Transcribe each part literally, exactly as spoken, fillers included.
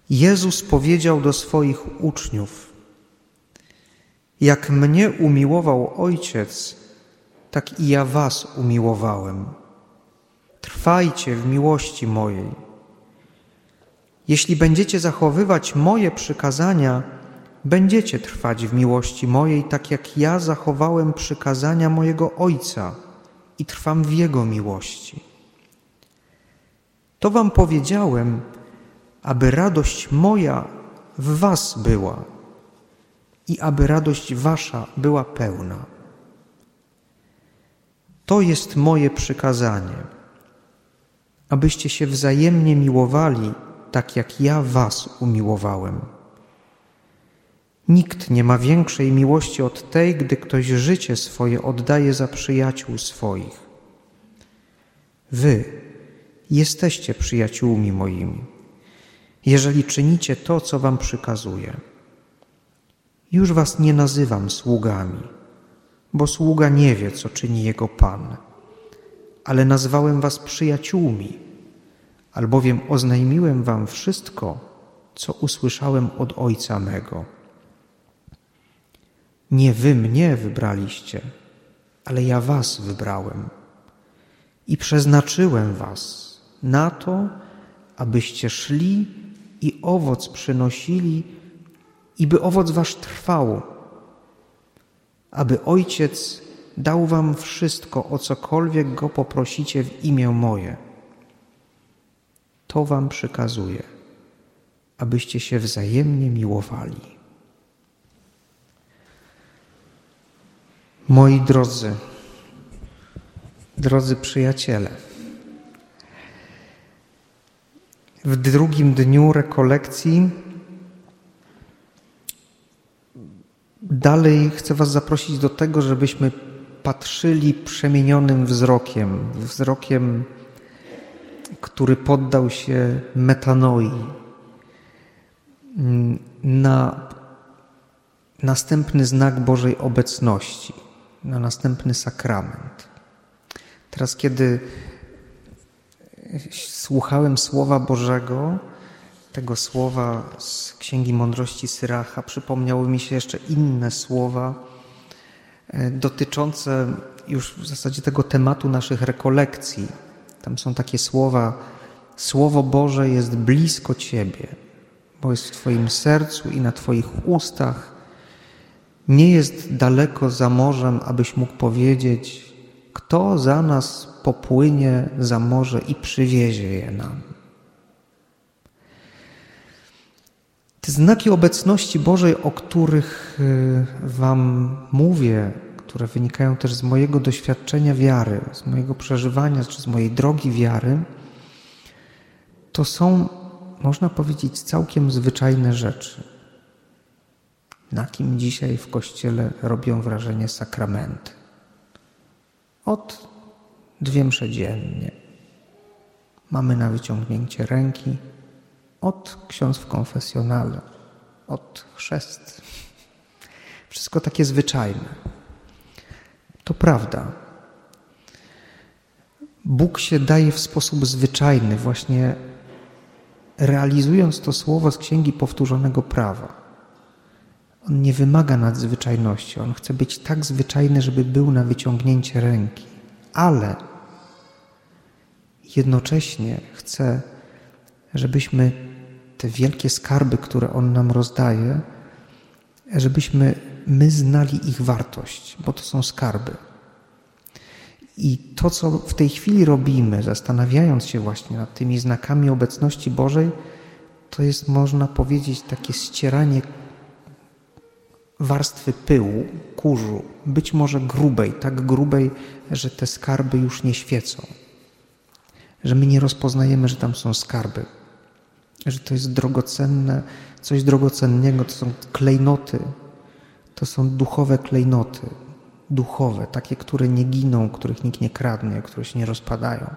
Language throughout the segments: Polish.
Jezus powiedział do swoich uczniów: jak mnie umiłował Ojciec, tak i ja was umiłowałem. Trwajcie w miłości mojej. Jeśli będziecie zachowywać moje przykazania, będziecie trwać w miłości mojej, tak jak ja zachowałem przykazania mojego Ojca i trwam w Jego miłości. To wam powiedziałem, aby radość moja w was była i aby radość wasza była pełna. To jest moje przykazanie, abyście się wzajemnie miłowali, tak jak ja was umiłowałem. Nikt nie ma większej miłości od tej, gdy ktoś życie swoje oddaje za przyjaciół swoich. Wy jesteście przyjaciółmi moimi, jeżeli czynicie to, co wam przykazuję. Już was nie nazywam sługami, bo sługa nie wie, co czyni jego Pan, ale nazwałem was przyjaciółmi, albowiem oznajmiłem wam wszystko, co usłyszałem od Ojca mego. Nie wy mnie wybraliście, ale ja was wybrałem i przeznaczyłem was na to, abyście szli i owoc przynosili, i by owoc wasz trwał, aby Ojciec dał wam wszystko, o cokolwiek Go poprosicie w imię moje. To wam przykazuję, abyście się wzajemnie miłowali. Moi drodzy, drodzy przyjaciele, w drugim dniu rekolekcji dalej chcę was zaprosić do tego, żebyśmy patrzyli przemienionym wzrokiem, wzrokiem, który poddał się metanoi, na następny znak Bożej obecności, na następny sakrament. Teraz, kiedy słuchałem Słowa Bożego, tego słowa z Księgi Mądrości Syracha, przypomniały mi się jeszcze inne słowa dotyczące już w zasadzie tego tematu naszych rekolekcji. Tam są takie słowa: Słowo Boże jest blisko Ciebie, bo jest w Twoim sercu i na Twoich ustach. Nie jest daleko za morzem, abyś mógł powiedzieć: kto za nas popłynie za morze i przywiezie je nam. Te znaki obecności Bożej, o których wam mówię, które wynikają też z mojego doświadczenia wiary, z mojego przeżywania, czy z mojej drogi wiary, to są, można powiedzieć, całkiem zwyczajne rzeczy. Na kim dzisiaj w Kościele robią wrażenie sakramenty? Od dwie msze dziennie. Mamy na wyciągnięcie ręki, od ksiądz w konfesjonale, od chrzest. Wszystko takie zwyczajne. To prawda. Bóg się daje w sposób zwyczajny, właśnie realizując to słowo z Księgi Powtórzonego Prawa. On nie wymaga nadzwyczajności. On chce być tak zwyczajny, żeby był na wyciągnięcie ręki. Ale jednocześnie chce, żebyśmy te wielkie skarby, które On nam rozdaje, żebyśmy my znali ich wartość, bo to są skarby. I to, co w tej chwili robimy, zastanawiając się właśnie nad tymi znakami obecności Bożej, to jest, można powiedzieć, takie ścieranie warstwy pyłu, kurzu, być może grubej, tak grubej, że te skarby już nie świecą. Że my nie rozpoznajemy, że tam są skarby. Że to jest drogocenne, coś drogocennego, to są klejnoty, to są duchowe klejnoty, duchowe, takie, które nie giną, których nikt nie kradnie, które się nie rozpadają.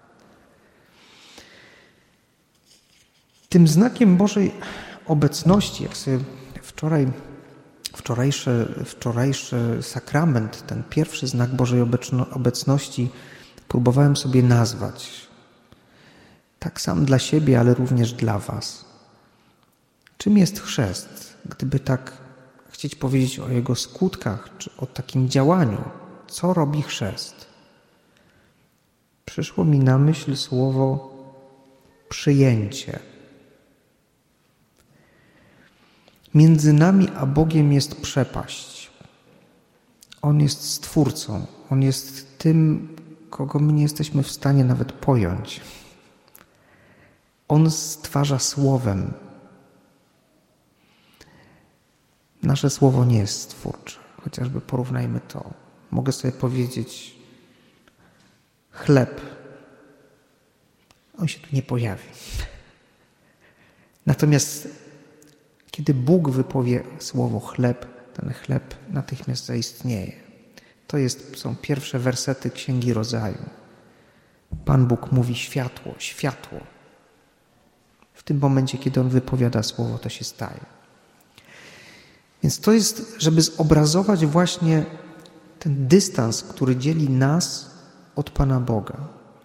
Tym znakiem Bożej obecności, jak sobie wczoraj, wczorajszy, wczorajszy sakrament, ten pierwszy znak Bożej obecności próbowałem sobie nazwać. Tak sam dla siebie, ale również dla was. Czym jest chrzest? Gdyby tak chcieć powiedzieć o jego skutkach, czy o takim działaniu, co robi chrzest? Przyszło mi na myśl słowo przyjęcie. Między nami a Bogiem jest przepaść. On jest Stwórcą. On jest tym, kogo my nie jesteśmy w stanie nawet pojąć. On stwarza słowem. Nasze słowo nie jest stwórcze. Chociażby porównajmy to. Mogę sobie powiedzieć chleb. On się tu nie pojawi. Natomiast kiedy Bóg wypowie słowo chleb, ten chleb natychmiast zaistnieje. To jest, są pierwsze wersety Księgi Rodzaju. Pan Bóg mówi światło, światło. W tym momencie, kiedy On wypowiada słowo, to się staje. Więc to jest, żeby zobrazować właśnie ten dystans, który dzieli nas od Pana Boga.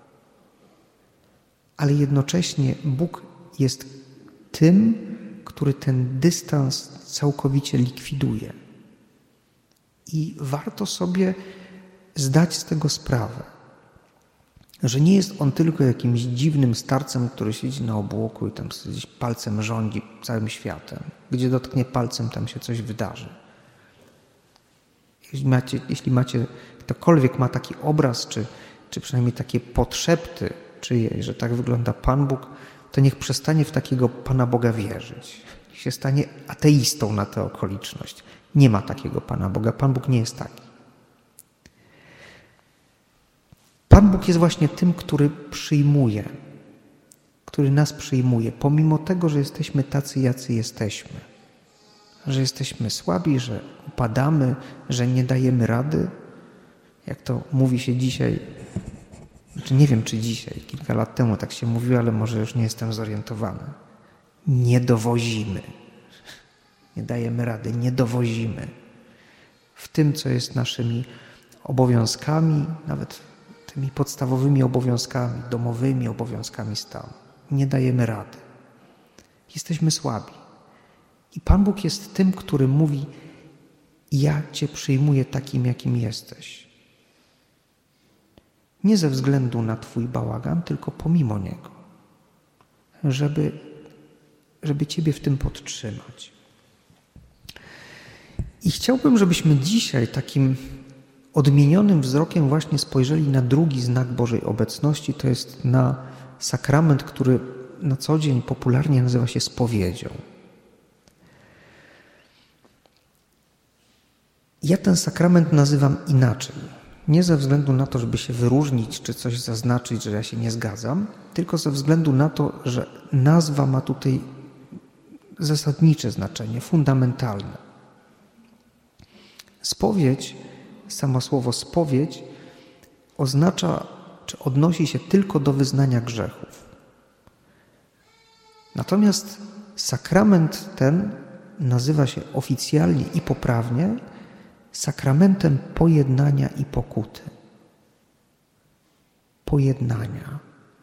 Ale jednocześnie Bóg jest tym, który ten dystans całkowicie likwiduje. I warto sobie zdać z tego sprawę, że nie jest On tylko jakimś dziwnym starcem, który siedzi na obłoku i tam gdzieś palcem rządzi całym światem. Gdzie dotknie palcem, tam się coś wydarzy. Jeśli macie, jeśli macie ktokolwiek ma taki obraz, czy, czy przynajmniej takie podszepty czyjeś, że tak wygląda Pan Bóg, to niech przestanie w takiego Pana Boga wierzyć. Niech się stanie ateistą na tę okoliczność. Nie ma takiego Pana Boga. Pan Bóg nie jest taki. Pan Bóg jest właśnie tym, który przyjmuje, który nas przyjmuje, pomimo tego, że jesteśmy tacy, jacy jesteśmy. Że jesteśmy słabi, że upadamy, że nie dajemy rady. Jak to mówi się dzisiaj, znaczy nie wiem, czy dzisiaj, kilka lat temu tak się mówiło, ale może już nie jestem zorientowany. Nie dowozimy. Nie dajemy rady, nie dowozimy. W tym, co jest naszymi obowiązkami, nawet tymi podstawowymi obowiązkami, domowymi obowiązkami stanu. Nie dajemy rady. Jesteśmy słabi. I Pan Bóg jest tym, który mówi: ja Cię przyjmuję takim, jakim jesteś. Nie ze względu na Twój bałagan, tylko pomimo niego. Żeby, żeby Ciebie w tym podtrzymać. I chciałbym, żebyśmy dzisiaj takim odmienionym wzrokiem właśnie spojrzeli na drugi znak Bożej obecności, to jest na sakrament, który na co dzień popularnie nazywa się spowiedzią. Ja ten sakrament nazywam inaczej. Nie ze względu na to, żeby się wyróżnić, czy coś zaznaczyć, że ja się nie zgadzam, tylko ze względu na to, że nazwa ma tutaj zasadnicze znaczenie, fundamentalne. Spowiedź, samo słowo spowiedź oznacza, czy odnosi się tylko do wyznania grzechów. Natomiast sakrament ten nazywa się oficjalnie i poprawnie sakramentem pojednania i pokuty. Pojednania.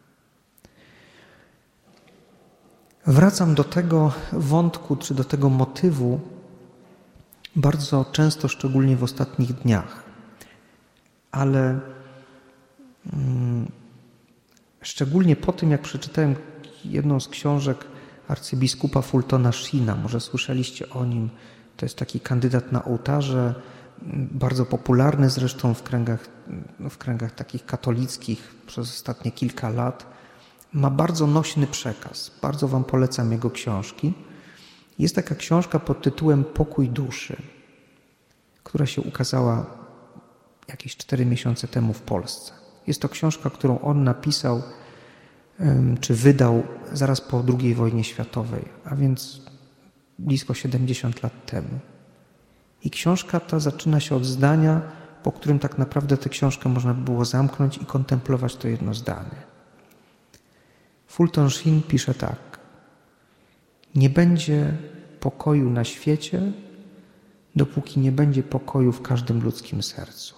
Wracam do tego wątku, czy do tego motywu bardzo często, szczególnie w ostatnich dniach. Ale mm, szczególnie po tym, jak przeczytałem jedną z książek arcybiskupa Fultona Sheena, może słyszeliście o nim, to jest taki kandydat na ołtarze, bardzo popularny zresztą w kręgach, w kręgach takich katolickich przez ostatnie kilka lat. Ma bardzo nośny przekaz. Bardzo Wam polecam jego książki. Jest taka książka pod tytułem Pokój duszy, która się ukazała jakieś cztery miesiące temu w Polsce. Jest to książka, którą on napisał czy wydał zaraz po drugiej wojnie światowej, a więc blisko siedemdziesiąt lat temu. I książka ta zaczyna się od zdania, po którym tak naprawdę tę książkę można by było zamknąć i kontemplować to jedno zdanie. Fulton Sheen pisze tak: nie będzie pokoju na świecie, dopóki nie będzie pokoju w każdym ludzkim sercu.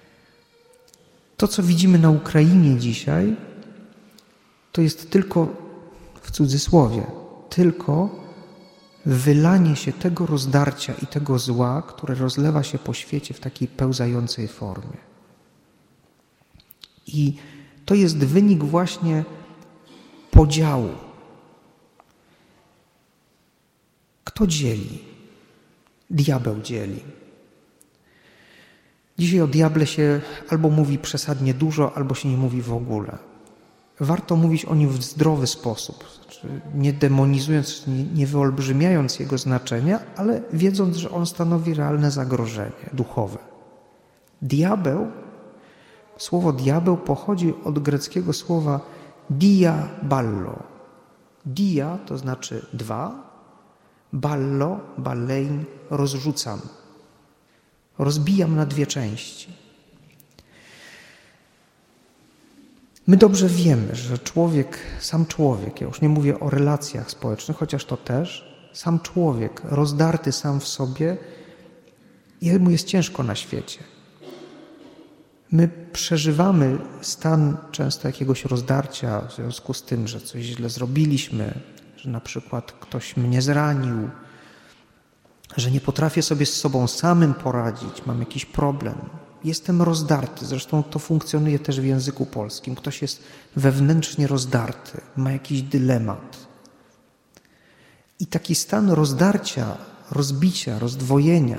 To, co widzimy na Ukrainie dzisiaj, to jest tylko w cudzysłowie, tylko wylanie się tego rozdarcia i tego zła, które rozlewa się po świecie w takiej pełzającej formie. I to jest wynik właśnie podziału. Kto dzieli? Diabeł dzieli. Dzisiaj o diable się albo mówi przesadnie dużo, albo się nie mówi w ogóle. Warto mówić o nim w zdrowy sposób, znaczy nie demonizując, nie, nie wyolbrzymiając jego znaczenia, ale wiedząc, że on stanowi realne zagrożenie duchowe. Diabeł, słowo diabeł pochodzi od greckiego słowa dia ballo. Dia to znaczy dwa, ballo, ballein, rozrzucam. Rozbijam na dwie części. My dobrze wiemy, że człowiek, sam człowiek, ja już nie mówię o relacjach społecznych, chociaż to też, sam człowiek, rozdarty sam w sobie, jemu jest ciężko na świecie. My przeżywamy stan często jakiegoś rozdarcia w związku z tym, że coś źle zrobiliśmy, że na przykład ktoś mnie zranił, że nie potrafię sobie z sobą samym poradzić, mam jakiś problem. Jestem rozdarty, zresztą to funkcjonuje też w języku polskim. Ktoś jest wewnętrznie rozdarty, ma jakiś dylemat. I taki stan rozdarcia, rozbicia, rozdwojenia,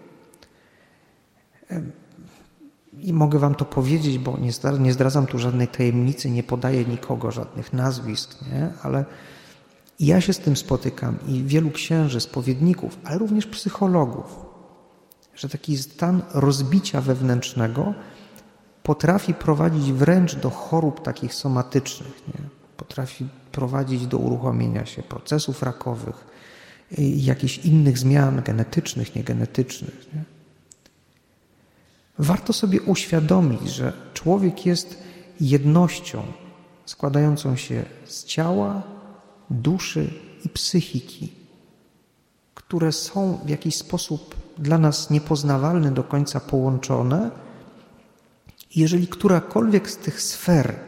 i mogę wam to powiedzieć, bo nie zdradzam tu żadnej tajemnicy, nie podaję nikogo, żadnych nazwisk, nie? Ale ja się z tym spotykam i wielu księży, spowiedników, ale również psychologów, że taki stan rozbicia wewnętrznego potrafi prowadzić wręcz do chorób takich somatycznych, nie? Potrafi prowadzić do uruchomienia się procesów rakowych, jakichś innych zmian genetycznych, niegenetycznych. Nie? Warto sobie uświadomić, że człowiek jest jednością składającą się z ciała, duszy i psychiki, które są w jakiś sposób dla nas niepoznawalne, do końca połączone. Jeżeli którakolwiek z tych sfer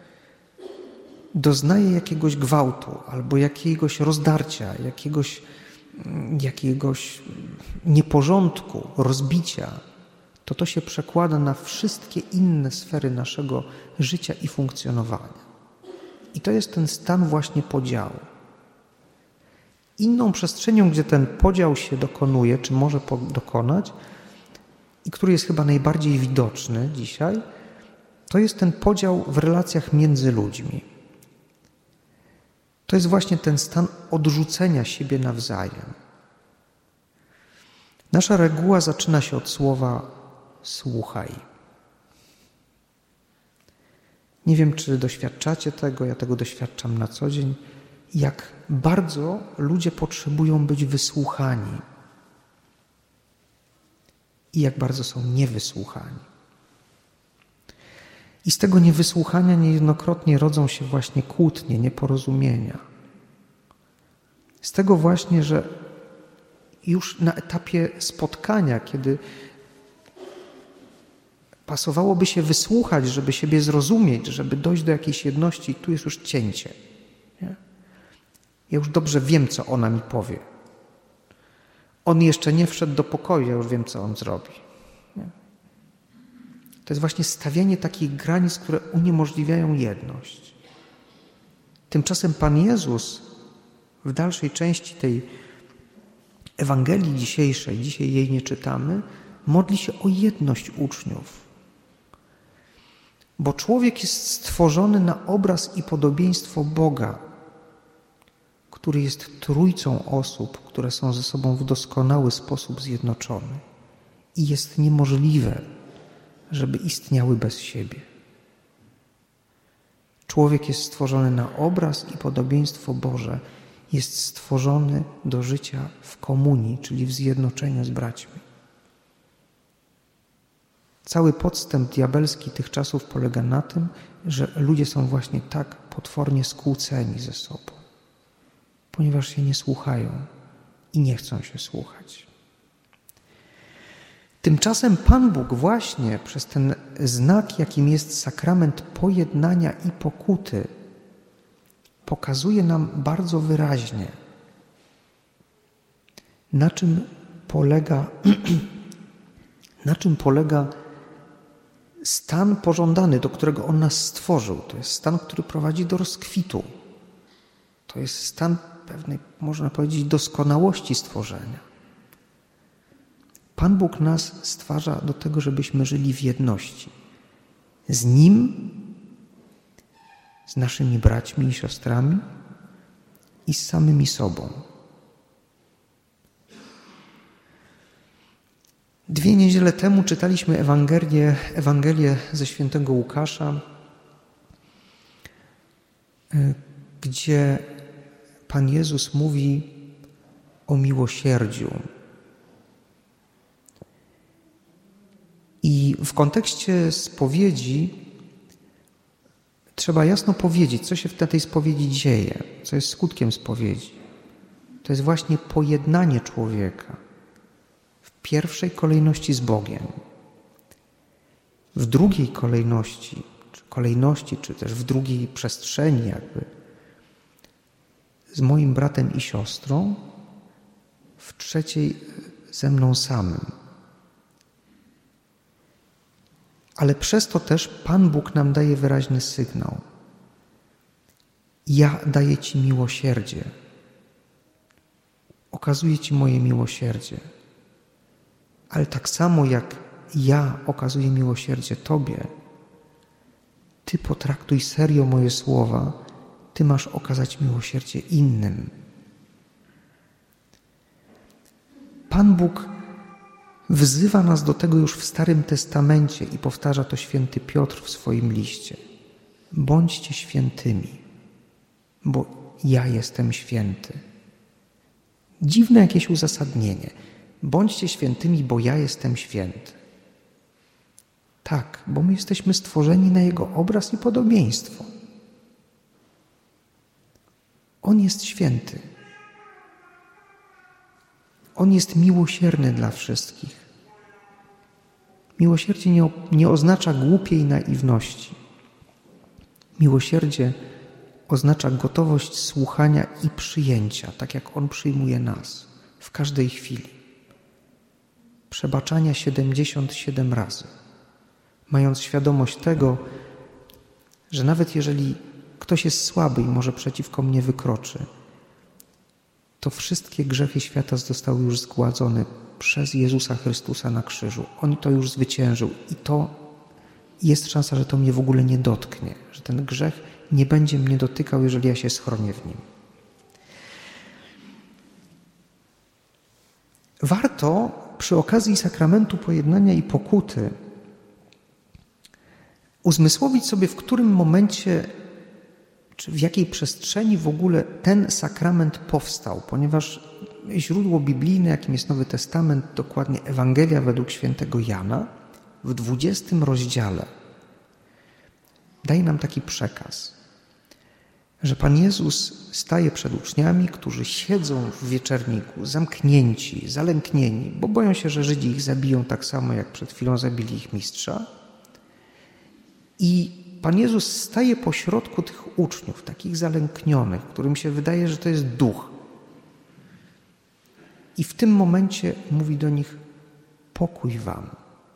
doznaje jakiegoś gwałtu albo jakiegoś rozdarcia, jakiegoś, jakiegoś nieporządku, rozbicia, to to się przekłada na wszystkie inne sfery naszego życia i funkcjonowania. I to jest ten stan właśnie podziału. Inną przestrzenią, gdzie ten podział się dokonuje, czy może dokonać, i który jest chyba najbardziej widoczny dzisiaj, to jest ten podział w relacjach między ludźmi. To jest właśnie ten stan odrzucenia siebie nawzajem. Nasza reguła zaczyna się od słowa słuchaj. Nie wiem, czy doświadczacie tego, ja tego doświadczam na co dzień, jak bardzo ludzie potrzebują być wysłuchani i jak bardzo są niewysłuchani. I z tego niewysłuchania niejednokrotnie rodzą się właśnie kłótnie, nieporozumienia. Z tego właśnie, że już na etapie spotkania, kiedy pasowałoby się wysłuchać, żeby siebie zrozumieć, żeby dojść do jakiejś jedności, tu jest już cięcie. Nie? Ja już dobrze wiem, co ona mi powie. On jeszcze nie wszedł do pokoju, ja już wiem, co on zrobi. Nie? To jest właśnie stawianie takich granic, które uniemożliwiają jedność. Tymczasem Pan Jezus w dalszej części tej Ewangelii dzisiejszej, dzisiaj jej nie czytamy, modli się o jedność uczniów. Bo człowiek jest stworzony na obraz i podobieństwo Boga, który jest trójcą osób, które są ze sobą w doskonały sposób zjednoczone. I jest niemożliwe, żeby istniały bez siebie. Człowiek jest stworzony na obraz i podobieństwo Boże, jest stworzony do życia w komunii, czyli w zjednoczeniu z braćmi. Cały podstęp diabelski tych czasów polega na tym, że ludzie są właśnie tak potwornie skłóceni ze sobą, ponieważ się nie słuchają i nie chcą się słuchać. Tymczasem Pan Bóg właśnie przez ten znak, jakim jest sakrament pojednania i pokuty, pokazuje nam bardzo wyraźnie, na czym polega, na czym polega stan pożądany, do którego On nas stworzył. To jest stan, który prowadzi do rozkwitu. To jest stan pewnej, można powiedzieć, doskonałości stworzenia. Pan Bóg nas stwarza do tego, żebyśmy żyli w jedności. Z Nim, z naszymi braćmi i siostrami i z samymi sobą. Dwie niedziele temu czytaliśmy Ewangelię, Ewangelię ze świętego Łukasza, gdzie Pan Jezus mówi o miłosierdziu. I w kontekście spowiedzi trzeba jasno powiedzieć, co się w tej spowiedzi dzieje, co jest skutkiem spowiedzi. To jest właśnie pojednanie człowieka w pierwszej kolejności z Bogiem. W drugiej kolejności, czy kolejności, czy też w drugiej przestrzeni jakby z moim bratem i siostrą, w trzeciej ze mną samym. Ale przez to też Pan Bóg nam daje wyraźny sygnał. Ja daję Ci miłosierdzie. Okazuję Ci moje miłosierdzie. Ale tak samo jak ja okazuję miłosierdzie Tobie, Ty potraktuj serio moje słowa, Ty masz okazać miłosierdzie innym. Pan Bóg wzywa nas do tego już w Starym Testamencie i powtarza to święty Piotr w swoim liście. Bądźcie świętymi, bo ja jestem święty. Dziwne jakieś uzasadnienie. Bądźcie świętymi, bo ja jestem święty. Tak, bo my jesteśmy stworzeni na Jego obraz i podobieństwo. On jest święty. On jest miłosierny dla wszystkich. Miłosierdzie nie, nie oznacza głupiej naiwności. Miłosierdzie oznacza gotowość słuchania i przyjęcia, tak jak On przyjmuje nas w każdej chwili. Przebaczania siedemdziesiąt siedem razy, mając świadomość tego, że nawet jeżeli ktoś jest słaby i może przeciwko mnie wykroczy, to wszystkie grzechy świata zostały już zgładzone przez Jezusa Chrystusa na krzyżu. On to już zwyciężył i to jest szansa, że to mnie w ogóle nie dotknie, że ten grzech nie będzie mnie dotykał, jeżeli ja się schronię w nim. Warto przy okazji sakramentu pojednania i pokuty uzmysłowić sobie, w którym momencie czy w jakiej przestrzeni w ogóle ten sakrament powstał, ponieważ źródło biblijne, jakim jest Nowy Testament, dokładnie Ewangelia według świętego Jana, w dwudziestym rozdziale daje nam taki przekaz, że Pan Jezus staje przed uczniami, którzy siedzą w wieczerniku, zamknięci, zalęknieni, bo boją się, że Żydzi ich zabiją tak samo, jak przed chwilą zabili ich mistrza. I Pan Jezus staje pośrodku tych uczniów, takich zalęknionych, którym się wydaje, że to jest duch. I w tym momencie mówi do nich: pokój wam.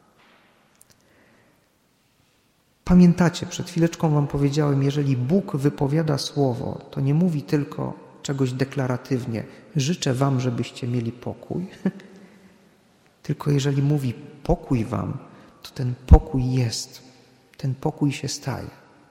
Pamiętacie, przed chwileczką wam powiedziałem, jeżeli Bóg wypowiada słowo, to nie mówi tylko czegoś deklaratywnie: życzę wam, żebyście mieli pokój. Tylko jeżeli mówi pokój wam, to ten pokój jest. Ten pokój się staje.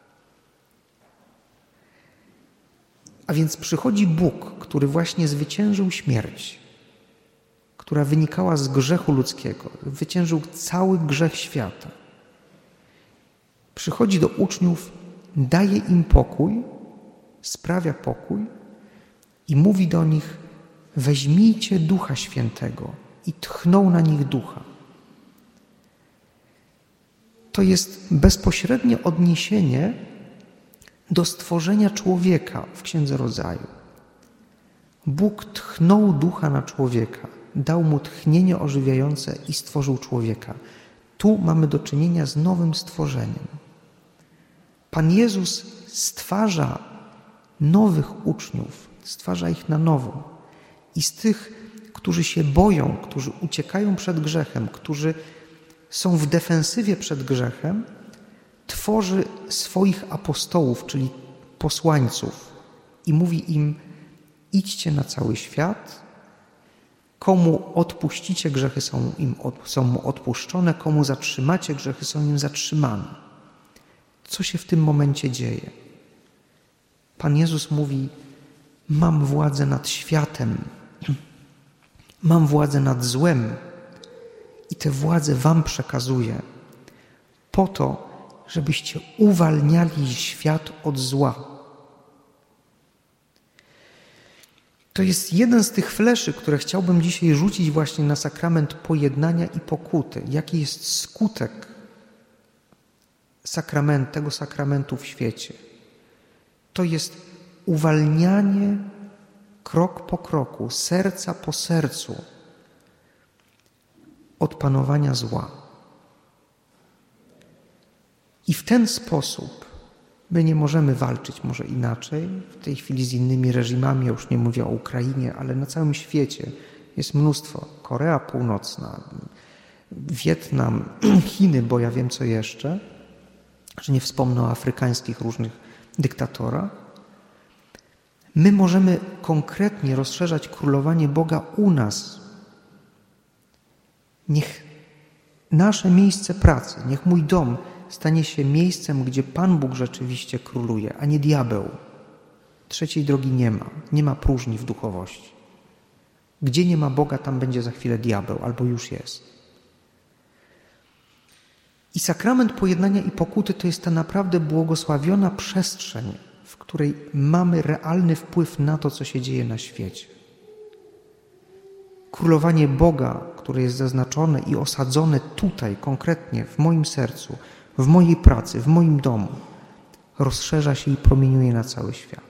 A więc przychodzi Bóg, który właśnie zwyciężył śmierć, która wynikała z grzechu ludzkiego, zwyciężył cały grzech świata. Przychodzi do uczniów, daje im pokój, sprawia pokój i mówi do nich: weźmijcie Ducha Świętego, i tchnął na nich Ducha. To jest bezpośrednie odniesienie do stworzenia człowieka w Księdze Rodzaju. Bóg tchnął Ducha na człowieka, dał mu tchnienie ożywiające i stworzył człowieka. Tu mamy do czynienia z nowym stworzeniem. Pan Jezus stwarza nowych uczniów, stwarza ich na nowo. I z tych, którzy się boją, którzy uciekają przed grzechem, którzy są w defensywie przed grzechem, tworzy swoich apostołów, czyli posłańców i mówi im: idźcie na cały świat, komu odpuścicie, grzechy są, im, są mu odpuszczone, komu zatrzymacie, grzechy są im zatrzymane. Co się w tym momencie dzieje? Pan Jezus mówi: mam władzę nad światem, mam władzę nad złem i tę władzę wam przekazuję po to, żebyście uwalniali świat od zła. To jest jeden z tych fleszy, które chciałbym dzisiaj rzucić właśnie na sakrament pojednania i pokuty. Jaki jest skutek sakrament, tego sakramentu w świecie? To jest uwalnianie krok po kroku, serca po sercu od panowania zła. I w ten sposób my nie możemy walczyć może inaczej. W tej chwili z innymi reżimami, ja już nie mówię o Ukrainie, ale na całym świecie jest mnóstwo. Korea Północna, Wietnam, Chiny, bo ja wiem co jeszcze, że nie wspomnę o afrykańskich różnych dyktatorach. My możemy konkretnie rozszerzać królowanie Boga u nas. Niech nasze miejsce pracy, niech mój dom stanie się miejscem, gdzie Pan Bóg rzeczywiście króluje, a nie diabeł. Trzeciej drogi nie ma. Nie ma próżni w duchowości. Gdzie nie ma Boga, tam będzie za chwilę diabeł, albo już jest. I sakrament pojednania i pokuty to jest ta naprawdę błogosławiona przestrzeń, w której mamy realny wpływ na to, co się dzieje na świecie. Królowanie Boga, które jest zaznaczone i osadzone tutaj, konkretnie, w moim sercu, w mojej pracy, w moim domu, rozszerza się i promieniuje na cały świat.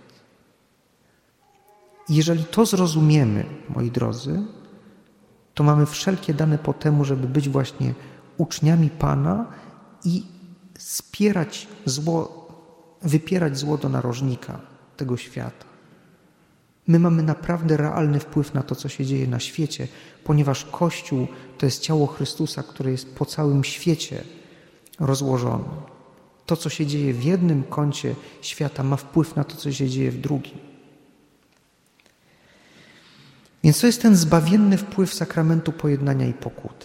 I jeżeli to zrozumiemy, moi drodzy, to mamy wszelkie dane po temu, żeby być właśnie uczniami Pana i spierać zło, wypierać zło do narożnika tego świata. My mamy naprawdę realny wpływ na to, co się dzieje na świecie, ponieważ Kościół to jest ciało Chrystusa, które jest po całym świecie rozłożone. To, co się dzieje w jednym kącie świata, ma wpływ na to, co się dzieje w drugim. Więc to jest ten zbawienny wpływ sakramentu pojednania i pokuty.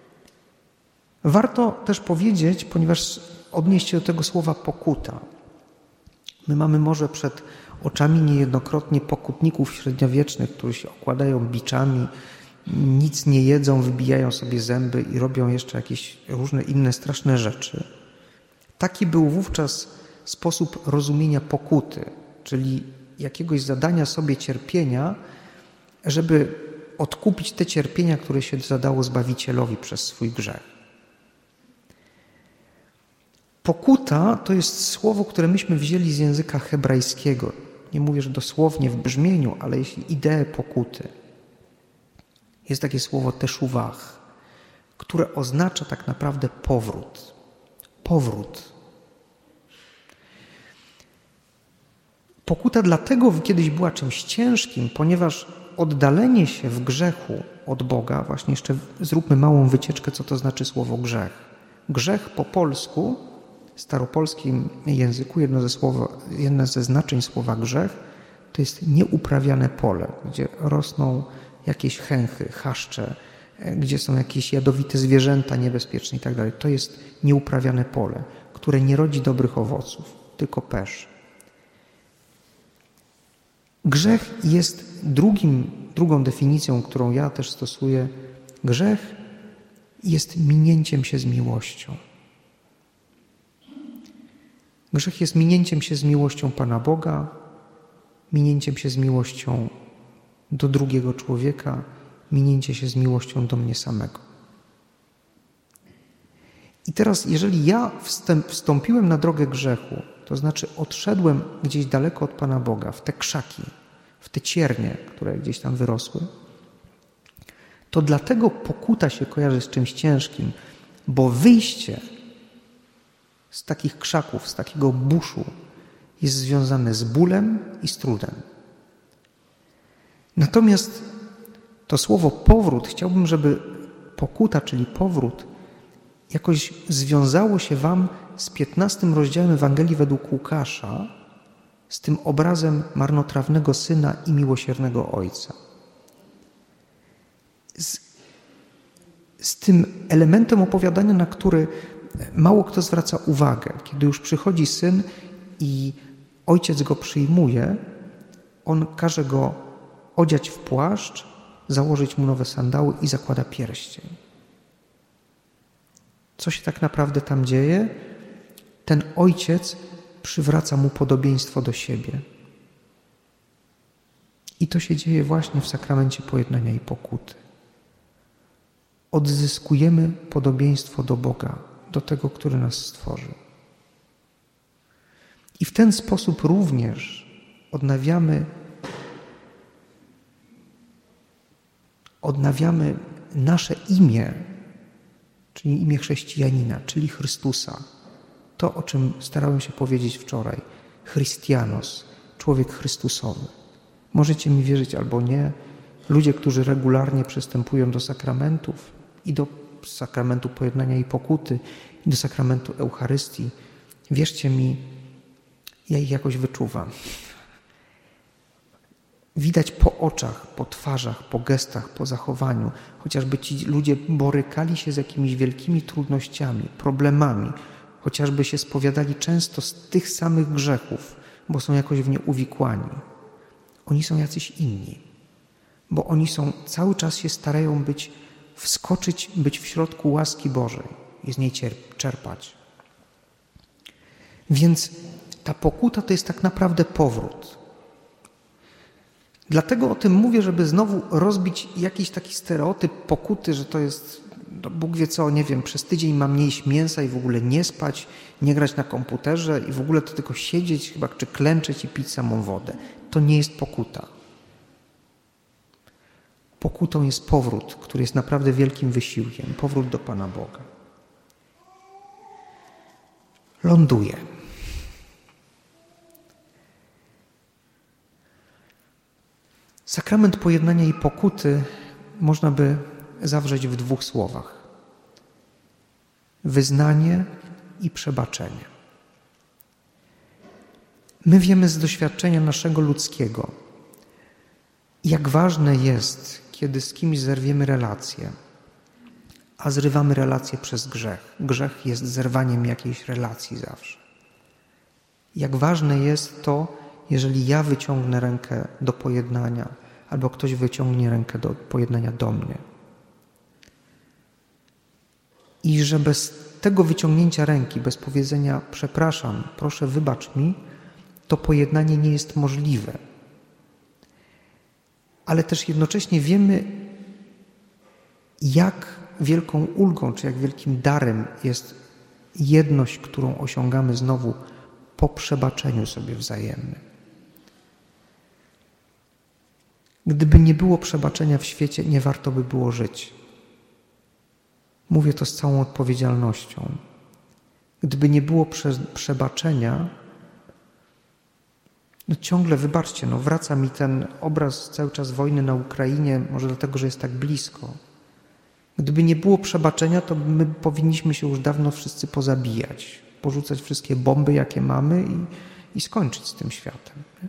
Warto też powiedzieć, ponieważ odnieść się do tego słowa pokuta. My mamy może przed oczami niejednokrotnie pokutników średniowiecznych, którzy się okładają biczami, nic nie jedzą, wybijają sobie zęby i robią jeszcze jakieś różne inne straszne rzeczy. Taki był wówczas sposób rozumienia pokuty, czyli jakiegoś zadania sobie cierpienia, żeby odkupić te cierpienia, które się zadało Zbawicielowi przez swój grzech. Pokuta to jest słowo, które myśmy wzięli z języka hebrajskiego. Nie mówię, że dosłownie w brzmieniu, ale jeśli ideę pokuty. Jest takie słowo teszuvach, które oznacza tak naprawdę powrót. Powrót. Pokuta dlatego kiedyś była czymś ciężkim, ponieważ oddalenie się w grzechu od Boga, właśnie jeszcze zróbmy małą wycieczkę, co to znaczy słowo grzech. Grzech po polsku, w staropolskim języku, jedno ze, słowa, jedno ze znaczeń słowa grzech, to jest nieuprawiane pole, gdzie rosną jakieś chęchy, chaszcze, gdzie są jakieś jadowite zwierzęta niebezpieczne i tak dalej. To jest nieuprawiane pole, które nie rodzi dobrych owoców, tylko peszy. Grzech jest drugim, drugą definicją, którą ja też stosuję. Grzech jest minięciem się z miłością. Grzech jest minięciem się z miłością Pana Boga, minięciem się z miłością do drugiego człowieka, minięcie się z miłością do mnie samego. I teraz, jeżeli ja wstąpiłem na drogę grzechu, to znaczy odszedłem gdzieś daleko od Pana Boga, w te krzaki, w te ciernie, które gdzieś tam wyrosły, to dlatego pokuta się kojarzy z czymś ciężkim, bo wyjście z takich krzaków, z takiego buszu jest związane z bólem i z trudem. Natomiast to słowo powrót, chciałbym, żeby pokuta, czyli powrót, jakoś związało się wam z piętnastym rozdziałem Ewangelii według Łukasza, z tym obrazem marnotrawnego syna i miłosiernego ojca. Z, z tym elementem opowiadania, na który mało kto zwraca uwagę. Kiedy już przychodzi syn i ojciec go przyjmuje, on każe go odziać w płaszcz, założyć mu nowe sandały i zakłada pierścień. Co się tak naprawdę tam dzieje? Ten ojciec przywraca mu podobieństwo do siebie. I to się dzieje właśnie w sakramencie pojednania i pokuty. Odzyskujemy podobieństwo do Boga, do tego, który nas stworzył. I w ten sposób również odnawiamy, odnawiamy nasze imię, czyli imię chrześcijanina, czyli Chrystusa. To, o czym starałem się powiedzieć wczoraj. Christianos, człowiek Chrystusowy. Możecie mi wierzyć albo nie. Ludzie, którzy regularnie przystępują do sakramentów i do sakramentu pojednania i pokuty, i do sakramentu Eucharystii, wierzcie mi, ja ich jakoś wyczuwam. Widać po oczach, po twarzach, po gestach, po zachowaniu. Chociażby ci ludzie borykali się z jakimiś wielkimi trudnościami, problemami, chociażby się spowiadali często z tych samych grzechów, bo są jakoś w nie uwikłani. Oni są jacyś inni, bo oni są, cały czas się starają być, wskoczyć, być w środku łaski Bożej i z niej czerpać. Więc ta pokuta to jest tak naprawdę powrót. Dlatego o tym mówię, żeby znowu rozbić jakiś taki stereotyp pokuty, że to jest, no Bóg wie co, nie wiem, przez tydzień mam nie jeść mięsa i w ogóle nie spać, nie grać na komputerze i w ogóle to tylko siedzieć chyba, czy klęczeć i pić samą wodę. To nie jest pokuta. Pokutą jest powrót, który jest naprawdę wielkim wysiłkiem. Powrót do Pana Boga. Ląduje. Sakrament pojednania i pokuty można by zawrzeć w dwóch słowach. Wyznanie i przebaczenie. My wiemy z doświadczenia naszego ludzkiego, jak ważne jest, kiedy z kimś zerwiemy relację, a zrywamy relację przez grzech. Grzech jest zerwaniem jakiejś relacji zawsze. Jak ważne jest to, jeżeli ja wyciągnę rękę do pojednania, albo ktoś wyciągnie rękę do pojednania do mnie. I że bez tego wyciągnięcia ręki, bez powiedzenia przepraszam, proszę wybacz mi, to pojednanie nie jest możliwe. Ale też jednocześnie wiemy, jak wielką ulgą, czy jak wielkim darem jest jedność, którą osiągamy znowu po przebaczeniu sobie wzajemnym. Gdyby nie było przebaczenia w świecie, nie warto by było żyć. Mówię to z całą odpowiedzialnością. Gdyby nie było prze, przebaczenia, no ciągle, wybaczcie, no wraca mi ten obraz cały czas wojny na Ukrainie, może dlatego, że jest tak blisko. Gdyby nie było przebaczenia, to my powinniśmy się już dawno wszyscy pozabijać, porzucać wszystkie bomby, jakie mamy i, i skończyć z tym światem. Nie?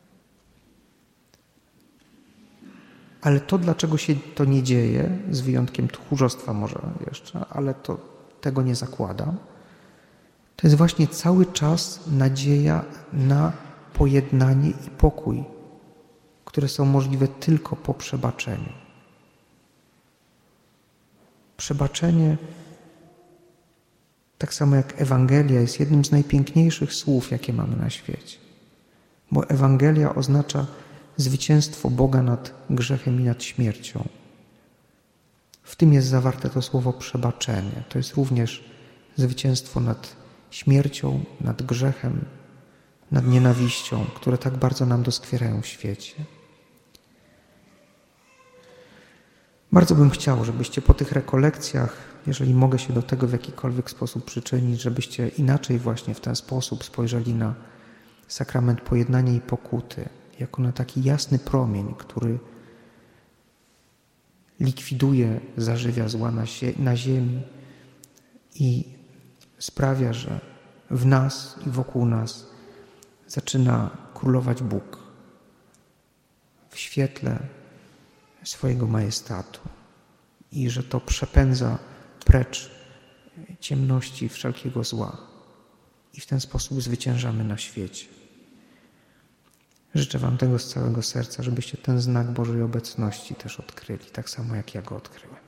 Ale to, dlaczego się to nie dzieje, z wyjątkiem tchórzostwa może jeszcze, ale to tego nie zakładam, to jest właśnie cały czas nadzieja na pojednanie i pokój, które są możliwe tylko po przebaczeniu. Przebaczenie, tak samo jak Ewangelia, jest jednym z najpiękniejszych słów, jakie mamy na świecie. Bo Ewangelia oznacza zwycięstwo Boga nad grzechem i nad śmiercią. W tym jest zawarte to słowo przebaczenie. To jest również zwycięstwo nad śmiercią, nad grzechem, nad nienawiścią, które tak bardzo nam doskwierają w świecie. Bardzo bym chciał, żebyście po tych rekolekcjach, jeżeli mogę się do tego w jakikolwiek sposób przyczynić, żebyście inaczej właśnie w ten sposób spojrzeli na sakrament pojednania i pokuty, jako na taki jasny promień, który likwiduje zażywia zła na, na ziemi i sprawia, że w nas i wokół nas zaczyna królować Bóg w świetle swojego majestatu i że to przepędza precz ciemności wszelkiego zła i w ten sposób zwyciężamy na świecie. Życzę Wam tego z całego serca, żebyście ten znak Bożej obecności też odkryli, tak samo jak ja go odkryłem.